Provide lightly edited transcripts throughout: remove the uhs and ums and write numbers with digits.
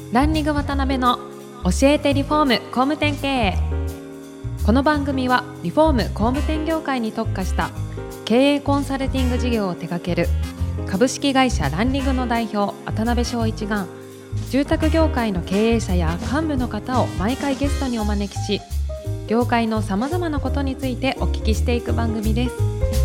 ランニング渡辺の教えてリフォーム工務店経営。この番組はリフォーム工務店業界に特化した経営コンサルティング事業を手掛ける株式会社ランリングの代表渡辺翔一が、住宅業界の経営者や幹部の方を毎回ゲストにお招きし、業界のさまざまなことについてお聞きしていく番組です。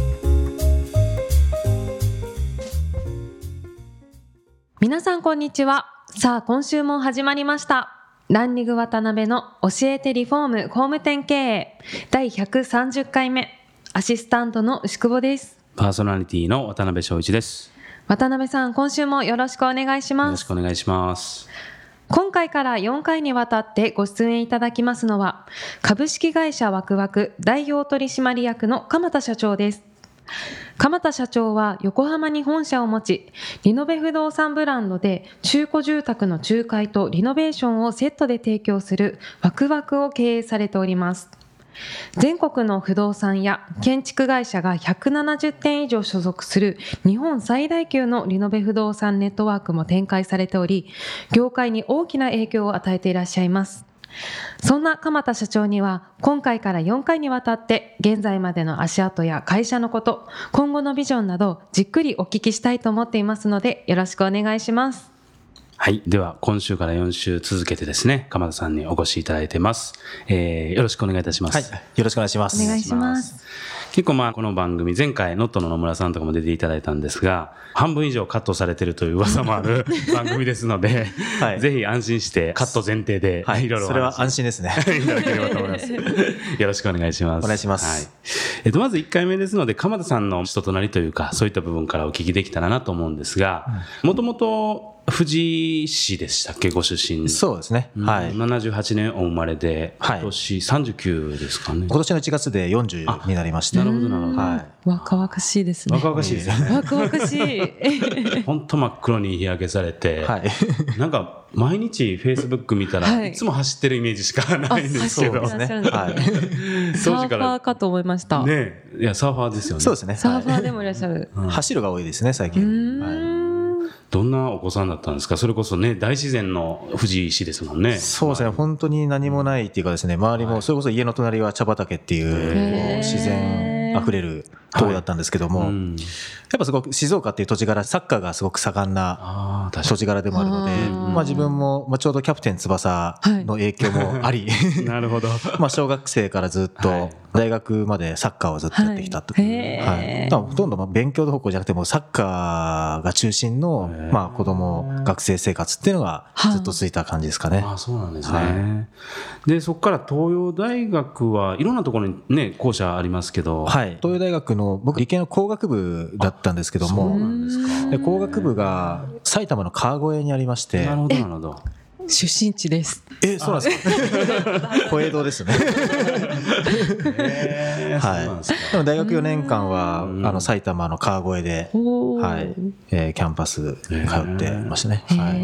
皆さんこんにちは。さあ今週も始まりました。ランニング渡辺の教えてリフォーム工務店経営第130回目、アシスタントの牛久保です。 パーソナリティの渡辺翔一です。 渡辺さん、今週もよろしくお願いします。 よろしくお願いします。 今回から4回にわたってご出演いただきますのは、株式会社ワクワク代表取締役の鎌田社長です。鎌田社長は横浜に本社を持ち、リノベ不動産ブランドで中古住宅の仲介とリノベーションをセットで提供するワクワクを経営されております。全国の不動産や建築会社が170店以上所属する日本最大級のリノベ不動産ネットワークも展開されており、業界に大きな影響を与えていらっしゃいます。そんな鎌田社長には今回から4回にわたって現在までの足跡や会社のこと、今後のビジョンなどじっくりお聞きしたいと思っていますので、よろしくお願いします。 はい。では、今週から4週続けてですね、鎌田さんにお越しいただいてます。よろしくお願いいたします。 はい。よろしくお願いします。 お願いします。 結構この番組、前回ノットの野村さんとかも出ていただいたんですが、半分以上カットされてるという噂もある番組ですので、はい、ぜひ安心してカット前提で、 はい、 いろいろそれは安心ですね。 いただければと思います。よろしくお願いします。 お願いします。 はい。まず1回目ですので、鎌田さんの人となりというか、そういった部分からお聞きできたらなと思うんですが、もともと富士市でしたっけ、ご出身。 そうですね。はい。 78年お生まれで、今年39ですかね。 今年の1月で40になりまして。 なるほど、なるほど。 はい。若々しいですね。 若々しいですね。 若々しい。 本当真っ黒に日焼けされて、はい、なんか毎日フェイスブック見たら、はい、いつも走ってるイメージしかないんですけど。 そうですね。はい。 サーファーかと思いました。 ね、いやサーファーですよね。 そうですね。 サーファーでもいらっしゃる。 走るが多いですね、最近。はい。 どんなお子さんだったんですか。それこそね、大自然の富士市ですもんね。 そうですね、本当に何もないっていうかですね、周りもそれこそ家の隣は茶畑っていう自然あふれるところだったんですけども、やっぱすごく静岡っていう土地柄、サッカーがすごく盛んな土地柄でもあるので、自分もちょうどキャプテン翼の影響もあり、 なるほど。 小学生からずっと大学までサッカーをずっとやってきたと。はい。ほとんど勉強の方向じゃなくてもサッカーが中心の子供学生生活っていうのがずっと続いた感じですかね。 あ、そうなんですね。はい、でそこから東洋大学はいろんなところにね校舎ありますけど、 はい。東洋大学の僕理系の工学部だったんですけども、 そうなんですか。 で工学部が埼玉の川越にありまして。 なるほどなるほど。 出身地です。 そうなんですか。小江戸ですね。はい。でも大学4年間は埼玉の川越で、はい、キャンパス通ってましたね。はい。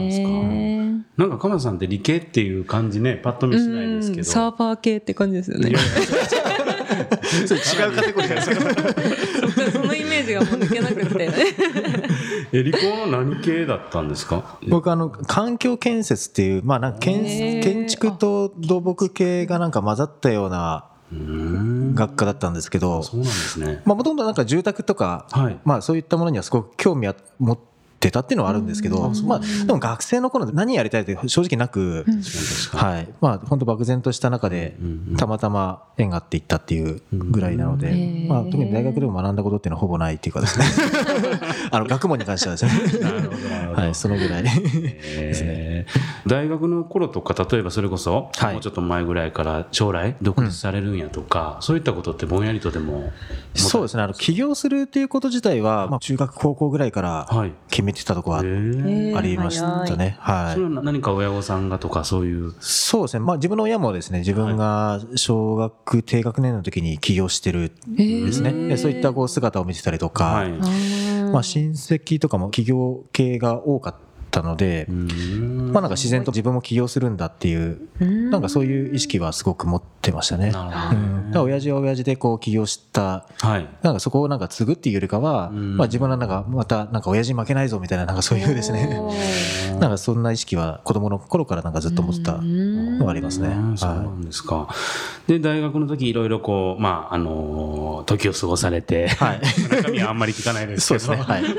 なんか鎌田さんって理系っていう感じね、パッと見しないですけど。 サーファー系って感じですよね。 それ違うカテゴリーじゃないですか。 そのイメージがもう抜けなくて。 理工の何系だったんですか。 僕環境建設っていうなんか建築と土木系がなんか混ざったような学科だったんですけど、 そうなんですね。 もともとなんか住宅とか、そういったものにはすごく興味を持ってたっていうのはあるんですけど、でも学生の頃で何やりたいって正直なく、はい、本当漠然とした中でたまたま縁があっていったっていうぐらいなので、特に大学でも学んだことっていうのはほぼないっていうかですね、学問に関してはですね。なるほどなるほど。はい、そのぐらいですね。 大学の頃とか、例えばそれこそもうちょっと前ぐらいから将来独立されるんやとか、そういったことってぼんやりとでも。 そうですね。起業するっていうこと自体は中学高校ぐらいから決めてたところはありましたね。はい。 それは何か親御さんがとかそういう。 そうですね。自分の親もですね、自分が小学低学年の時に起業してるんですね。でそういった姿を見せたりとか、親戚とかも起業系が多かったので、まあなんか自然と自分も起業するんだっていうなんかそういう意識はすごく持ってましたね。だから親父は親父でこう起業した、なんかそこをなんか継ぐっていうよりかは、まあ自分はなんかまたなんか親父に負けないぞみたいななんかそういうですねなんかそんな意識は子供の頃からなんかずっと持ってたのがありますね。 そうなんですか。で大学の時いろいろこうまあ時を過ごされて、中身はあんまり聞かないですけど、 そうですね、はい、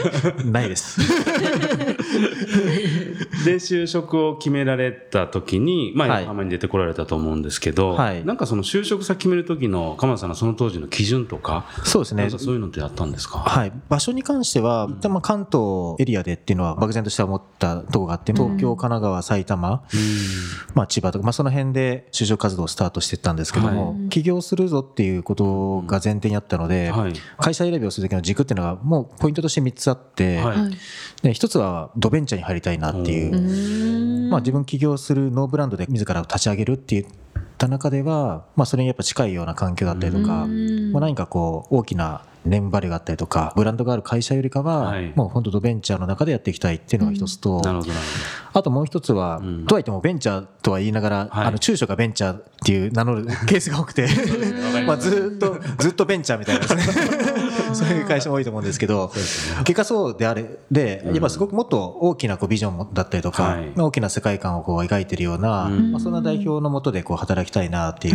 ないですで就職を決められた時に、まあ、横浜に出てこられたと思うんですけど、なんかその就職先決める時の鎌田さんのその当時の基準とか、 そうですね、 なんかそういうのってあったんですか？ はい、場所に関しては、関東エリアでっていうのは漠然として思ったところがあって、東京、神奈川、埼玉、まあ、千葉とか、まあ、その辺で就職活動をスタートしていったんですけども、起業するぞっていうことが前提にあったので、会社選びをする時の軸っていうのがもうポイントとして3つあって、で1つはドベンチャーに入りたいなっていう、まあ、自分起業するノーブランドで自ら立ち上げるっていう中では、まあ、それにやっぱ近いような環境だったりとか、まあ、何かこう大きなネームバリューがあったりとかブランドがある会社よりかは、もう本当ドベンチャーの中でやっていきたいっていうのが一つと、あともう一つは、とはいってもベンチャーとは言いながら、中小がベンチャーっていう名乗るケースが多くてまあずっとベンチャーみたいなですねそういう会社も多いと思うんですけど、結果そうであれで、やっぱすごくもっと大きなこうビジョンだったりとか、大きな世界観をこう描いているような、まあ、そんな代表の下でこう働きたいなっていう、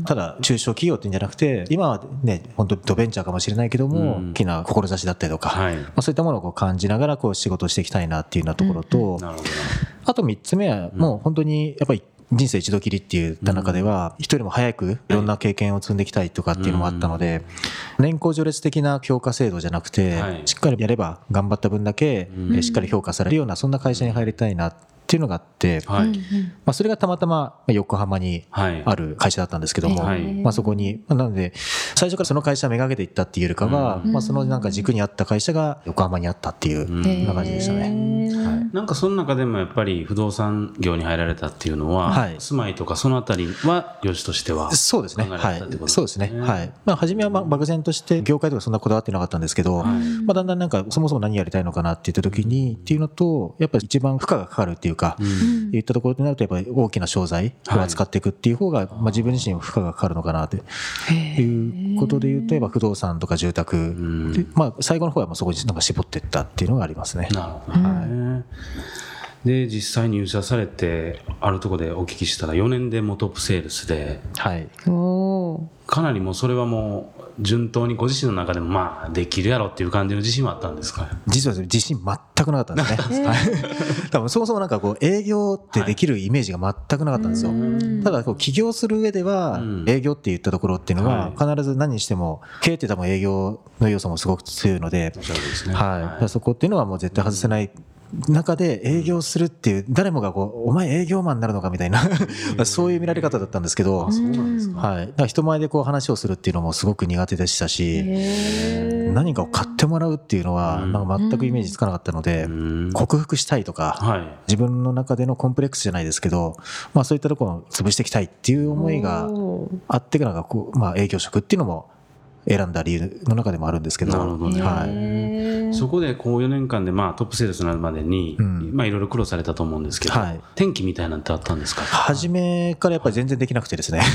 ただ中小企業っていうんじゃなくて、今はね本当ドベンチャーかもしれないけども、大きな志だったりとか、まあ、そういったものをこう感じながらこう仕事をしていきたいなっていうようなところと、あと3つ目はもう本当にやっぱり人生一度きりって言った中では、一人も早くいろんな経験を積んでいきたいとかっていうのもあったので、年功序列的な評価制度じゃなくて、しっかりやれば頑張った分だけしっかり評価されるようなそんな会社に入りたいなっていうのがあって、まあ、それがたまたま横浜にある会社だったんですけども、まあ、そこになので最初からその会社をめがけていったっていうよりかは、まあ、そのなんか軸にあった会社が横浜にあったっていうような感じでしたね。 なんかその中でもやっぱり不動産業に入られたっていうのは、住まいとかそのあたりは業種としてはそうですね、そうですね、まあ、初めは漠然として業界とかそんなこだわってなかったんですけど、まあ、だんだんなんかそもそも何やりたいのかなって言った時にっていうのと、やっぱり一番負荷がかかるっていうか、いったところになるとやっぱり大きな商材を扱っていくっていう方が、まあ、自分自身負荷がかかるのかなということでいうと、やっぱ不動産とか住宅、まあ、最後の方はもうそこになんか絞っていったっていうのがありますね。 なるほどね。で実際入社されてあるところでお聞きしたら4年でもうトップセールスで、かなりもうそれはもう順当にご自身の中でもまあできるやろっていう感じの自信はあったんですか？ 実は自信全くなかったんですね多分そもそもなんかこう営業ってできるイメージが全くなかったんですよ。ただこう起業する上では営業って言ったところっていうのは必ず何にしても経営って多分営業の要素もすごく強いので、そこっていうのはもう絶対外せない中で営業するっていう、誰もがこうお前営業マンになるのかみたいなそういう見られ方だったんですけど、だから人前でこう話をするっていうのもすごく苦手でしたし、何かを買ってもらうっていうのはなんか全くイメージつかなかったので、克服したいとか、自分の中でのコンプレックスじゃないですけど、まあ、そういったところを潰していきたいっていう思いがあってからがこう、まあ、営業職っていうのも選んだ理由の中でもあるんですけど。 なるほどね。そこでこう4年間でまあトップセールスになるまでにまあいろいろ苦労されたと思うんですけど、転機みたいなのってあったんですか？ 初めからやっぱり全然できなくてですね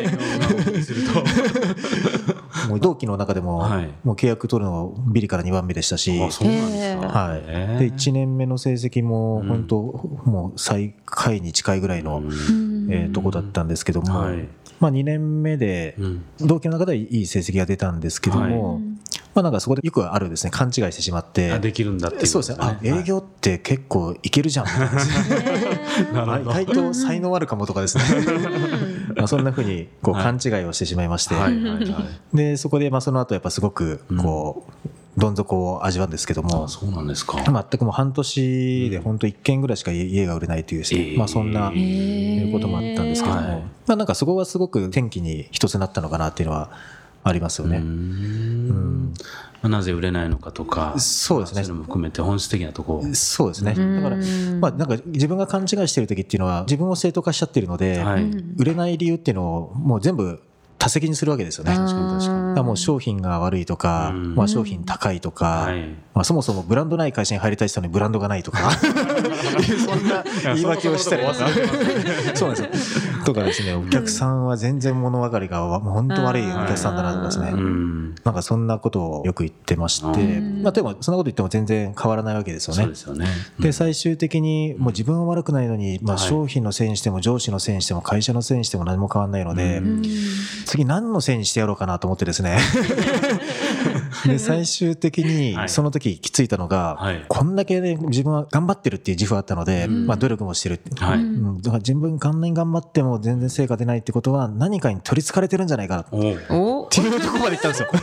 もう同期の中でももう契約取るのビリから2番目でしたし、で1年目の成績も本当もう最下位に近いぐらいのとこだったんですけども、まあ、2年目で同期の中ではいい成績が出たんですけども、まあ、なんかそこでよくあるですね、勘違いしてしまってできるんだっていう、そうですね、営業って結構いけるじゃんみたいな意外と才能あるかもとかですねまあそんなふうにこう勘違いをしてしまいまして、でそこでまあその後やっぱすごくこうどん底を味わうんですけども、 そうなんですか。 全くもう半年で本当1軒ぐらいしか家が売れないというですね、まあそんなこともあったんですけども、まあなんかそこはすごく転機に一つなったのかなっていうのはありますよね。 なぜ売れないのかとか、 そうですね、 それも含めて本質的なところ。 そうですね。だからまあなんか自分が勘違いしている時っていうのは自分を正当化しちゃっているので、売れない理由っていうのをもう全部多責にするわけですよね。確かに確かに。だからもう商品が悪いとか、まあ、商品高いとか、まあ、そもそもブランドない会社に入りたい人にブランドがないとかそんな言い訳をしたりとかそうなんですよとかですね、お客さんは全然物分かりが本当悪いお客さんだなとかですね、なんかそんなことをよく言ってまして、まあ、でもそんなこと言っても全然変わらないわけですよね。 そうですよね。 で最終的にもう自分は悪くないのに、まあ、商品のせいにしても上司のせいにしても会社のせいにしても何も変わらないので、次何のせいにしてやろうかなと思ってですねで最終的にその時気づいたのが、こんだけ、ね、自分は頑張ってるっていう自負があったので、まあ、努力もしてる、だから自分こんなに頑張っても全然成果出ないってことは何かに取りつかれてるんじゃないかなっていうところまで行ったんですよ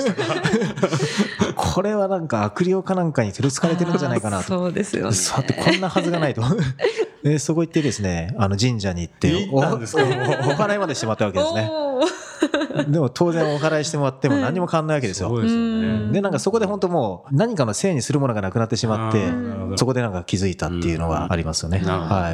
これはなんか悪霊かなんかに取りつかれてるんじゃないかなと。 そうですよね。 さてこんなはずがないとでそこ行ってですね、神社に行ってお祓いまでしてもらったわけですねでも当然お祓いしてもらっても何も変わんないわけですよ。 そうですよね。 でなんかそこで本当もう何かのせいにするものがなくなってしまって、そこでなんか気づいたっていうのがありますよね。 はい。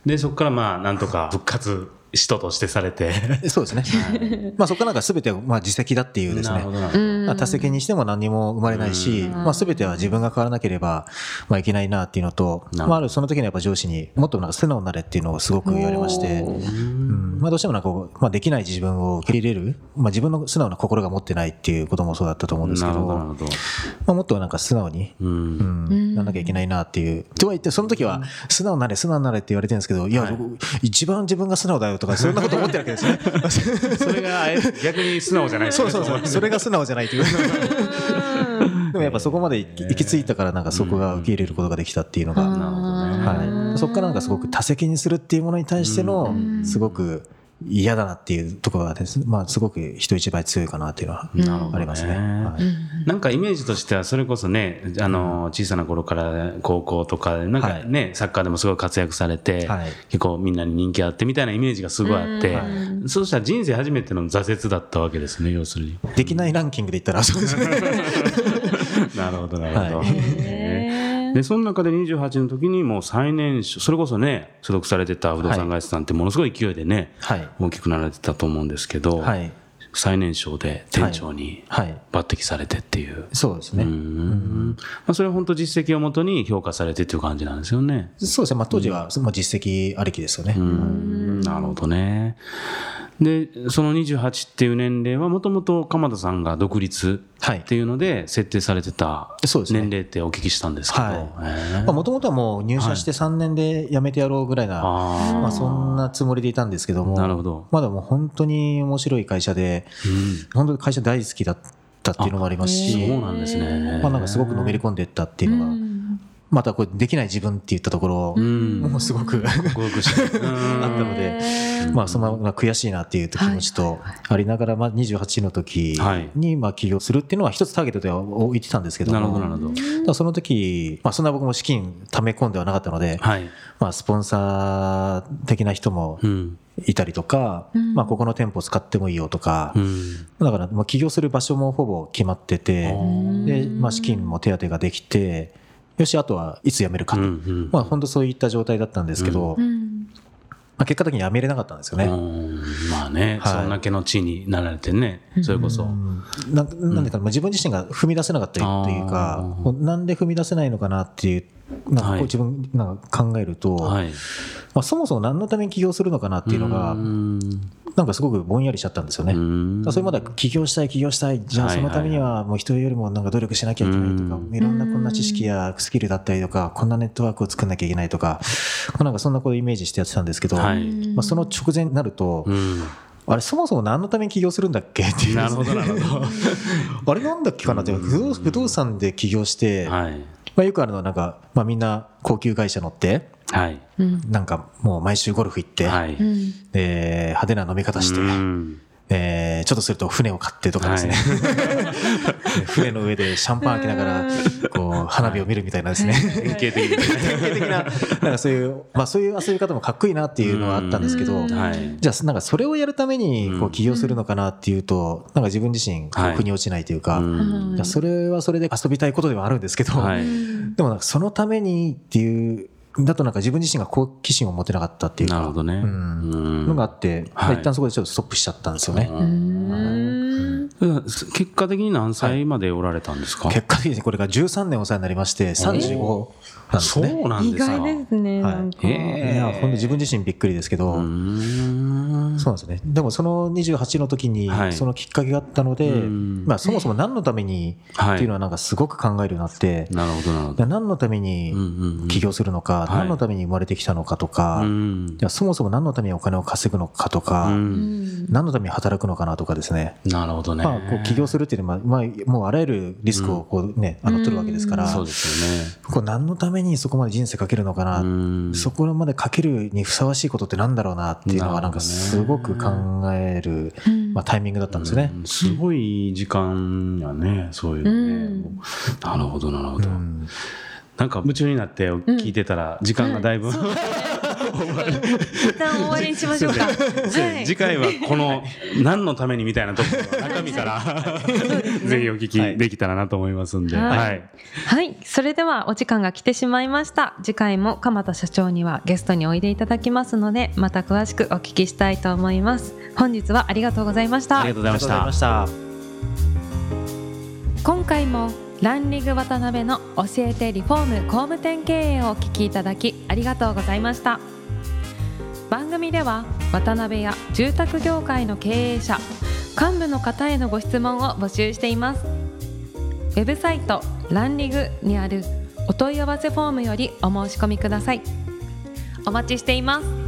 でそこからまあなんとか復活人としてされてそうですね、まあ、そこからなんか全てまあ自責だっていうですね、多責にしても何も生まれないし、まあ、全ては自分が変わらなければまあいけないなっていうのと、まあ、あるその時にやっぱ上司にもっとなんか素直になれっていうのをすごく言われまして、まあ、どうしてもなんかまあできない自分を受け入れる、まあ、自分の素直な心が持ってないっていうこともそうだったと思うんですけど、まあ、もっとなんか素直になんなきゃいけないなっていうとは言って、その時は素直になれ素直になれって言われてるんですけど、いや一番自分が素直だよとかそんなこと思ってるわけですねそれが逆に素直じゃないですね。 そうそれが素直じゃないというでもやっぱそこまで行き着いたからなんかそこが受け入れることができたっていうのが、はい、そこからなんかすごく多責にするっていうものに対してのすごく嫌だなっていうところがですね、まあ、すごく人一倍強いかなっていうのはありますね。 なんかイメージとしてはそれこそね、小さな頃から高校とかなんかね、サッカーでもすごい活躍されて、結構みんなに人気あってみたいなイメージがすごいあって、そうしたら人生初めての挫折だったわけですね、要するに。 できないランキングで言ったらそうですねなるほどなるほど。でその中で28の時にもう最年少、それこそね所属されてた不動産会社さんってものすごい勢いでね、大きくなられてたと思うんですけど、最年少で店長に抜擢されてっていう、 そうですね、 まあ、それは本当実績をもとに評価されてっていう感じなんですよね。 そうですね、まあ、当時は実績ありきですよね。 なるほどね。でその28っていう年齢はもともと鎌田さんが独立っていうので設定されてた年齢ってお聞きしたんですけど、 もともとはもう入社して3年で辞めてやろうぐらいな、まあ、そんなつもりでいたんですけども、 なるほど、 まだもう本当に面白い会社で、本当に会社大好きだったっていうのもありますし、 そうなんですね、 まあ、なんかすごくのめり込んでいったっていうのが、またこれできない自分って言ったところもすごくあったので、まあその悔しいなっていう気持ちとありながら、まあ28の時にまあ起業するっていうのは一つターゲットでは置いてたんですけども、その時まあそんな僕も資金溜め込んではなかったので、まあスポンサー的な人もいたりとか、まあここの店舗使ってもいいよとか、だからまあ起業する場所もほぼ決まってて、でまあ資金も手当てができて、よしあとはいつ辞めるかと、まあ本当そういった状態だったんですけど、まあ、結果的に辞めれなかったんですよね。 まあね、そんだけの地位になられてね、それこそなんでか、自分自身が踏み出せなかったというか、なんで踏み出せないのかなっていう、なんかこう自分なんか考えると、まあ、そもそも何のために起業するのかなっていうのがなんかすごくぼんやりしちゃったんですよね。それまで起業したいじゃあそのためにはもう人よりもなんか努力しなきゃいけないとか、いろんなこんな知識やスキルだったりとか、こんなネットワークを作んなきゃいけないとか、なんかそんなことをイメージしてやってたんですけど、まあ、その直前になると、あれそもそも何のために起業するんだっけっていう、 なるほどなるほどあれなんだっけかなって、不動産で起業して、まあ、よくあるのはなんか、まあ、みんな高級会社乗って、なんかもう毎週ゴルフ行って、派手な飲み方して、ちょっとすると船を買ってとかですね、船の上でシャンパン開けながらこう花火を見るみたいなですね、 典型的ななんかそういう、まあ、そういう遊び方もかっこいいなっていうのはあったんですけど、じゃあなんかそれをやるためにこう起業するのかなっていうと、なんか自分自身腑に落ちないというか、それはそれで遊びたいことではあるんですけど、でもなんかそのためにっていうだとなんか自分自身が好奇心を持てなかったっていうか、 なるほどね、 のがあって、一旦そこでちょっとストップしちゃったんですよね。 結果的に何歳までおられたんですか？ 結果的にこれが13年お世話になりまして35なんですね。 そうなんですか。 意外ですね。 いや本当自分自身びっくりですけど、そうなんですね。でもその28の時にそのきっかけがあったので、まあそもそも何のためにっていうのはなんかすごく考えるようになって、 なるほどなるほど。 何のために起業するのか、何のために生まれてきたのかとか、そもそも何のためにお金を稼ぐのかとか、何のために働くのかなとかですね。 なるほどね。 まあこう起業するっていうのはまあもうあらゆるリスクをこうね取るわけですから、 そうですよね。 こう何のためにそこまで人生かけるのかな、そこまでかけるにふさわしいことってなんだろうなっていうのがなんかすごく考える、まあ、タイミングだったんですね。 すごい時間やね、そういうのね。なるほどなるほど。なんか夢中になって聞いてたら時間がだいぶ、 一旦終わりにしましょうか。 次回はこの何のためにみたいなところの中身からぜひお聞きできたらなと思いますんで、はい、 それではお時間が来てしまいました。次回も鎌田社長にはゲストにおいでいただきますので、また詳しくお聞きしたいと思います。本日はありがとうございました。 ありがとうございました。 今回もランリング渡辺の教えてリフォーム工務店経営をお聞きいただきありがとうございました。番組では渡辺や住宅業界の経営者、幹部の方へのご質問を募集しています。ウェブサイトランリグにあるお問い合わせフォームよりお申し込みください。お待ちしています。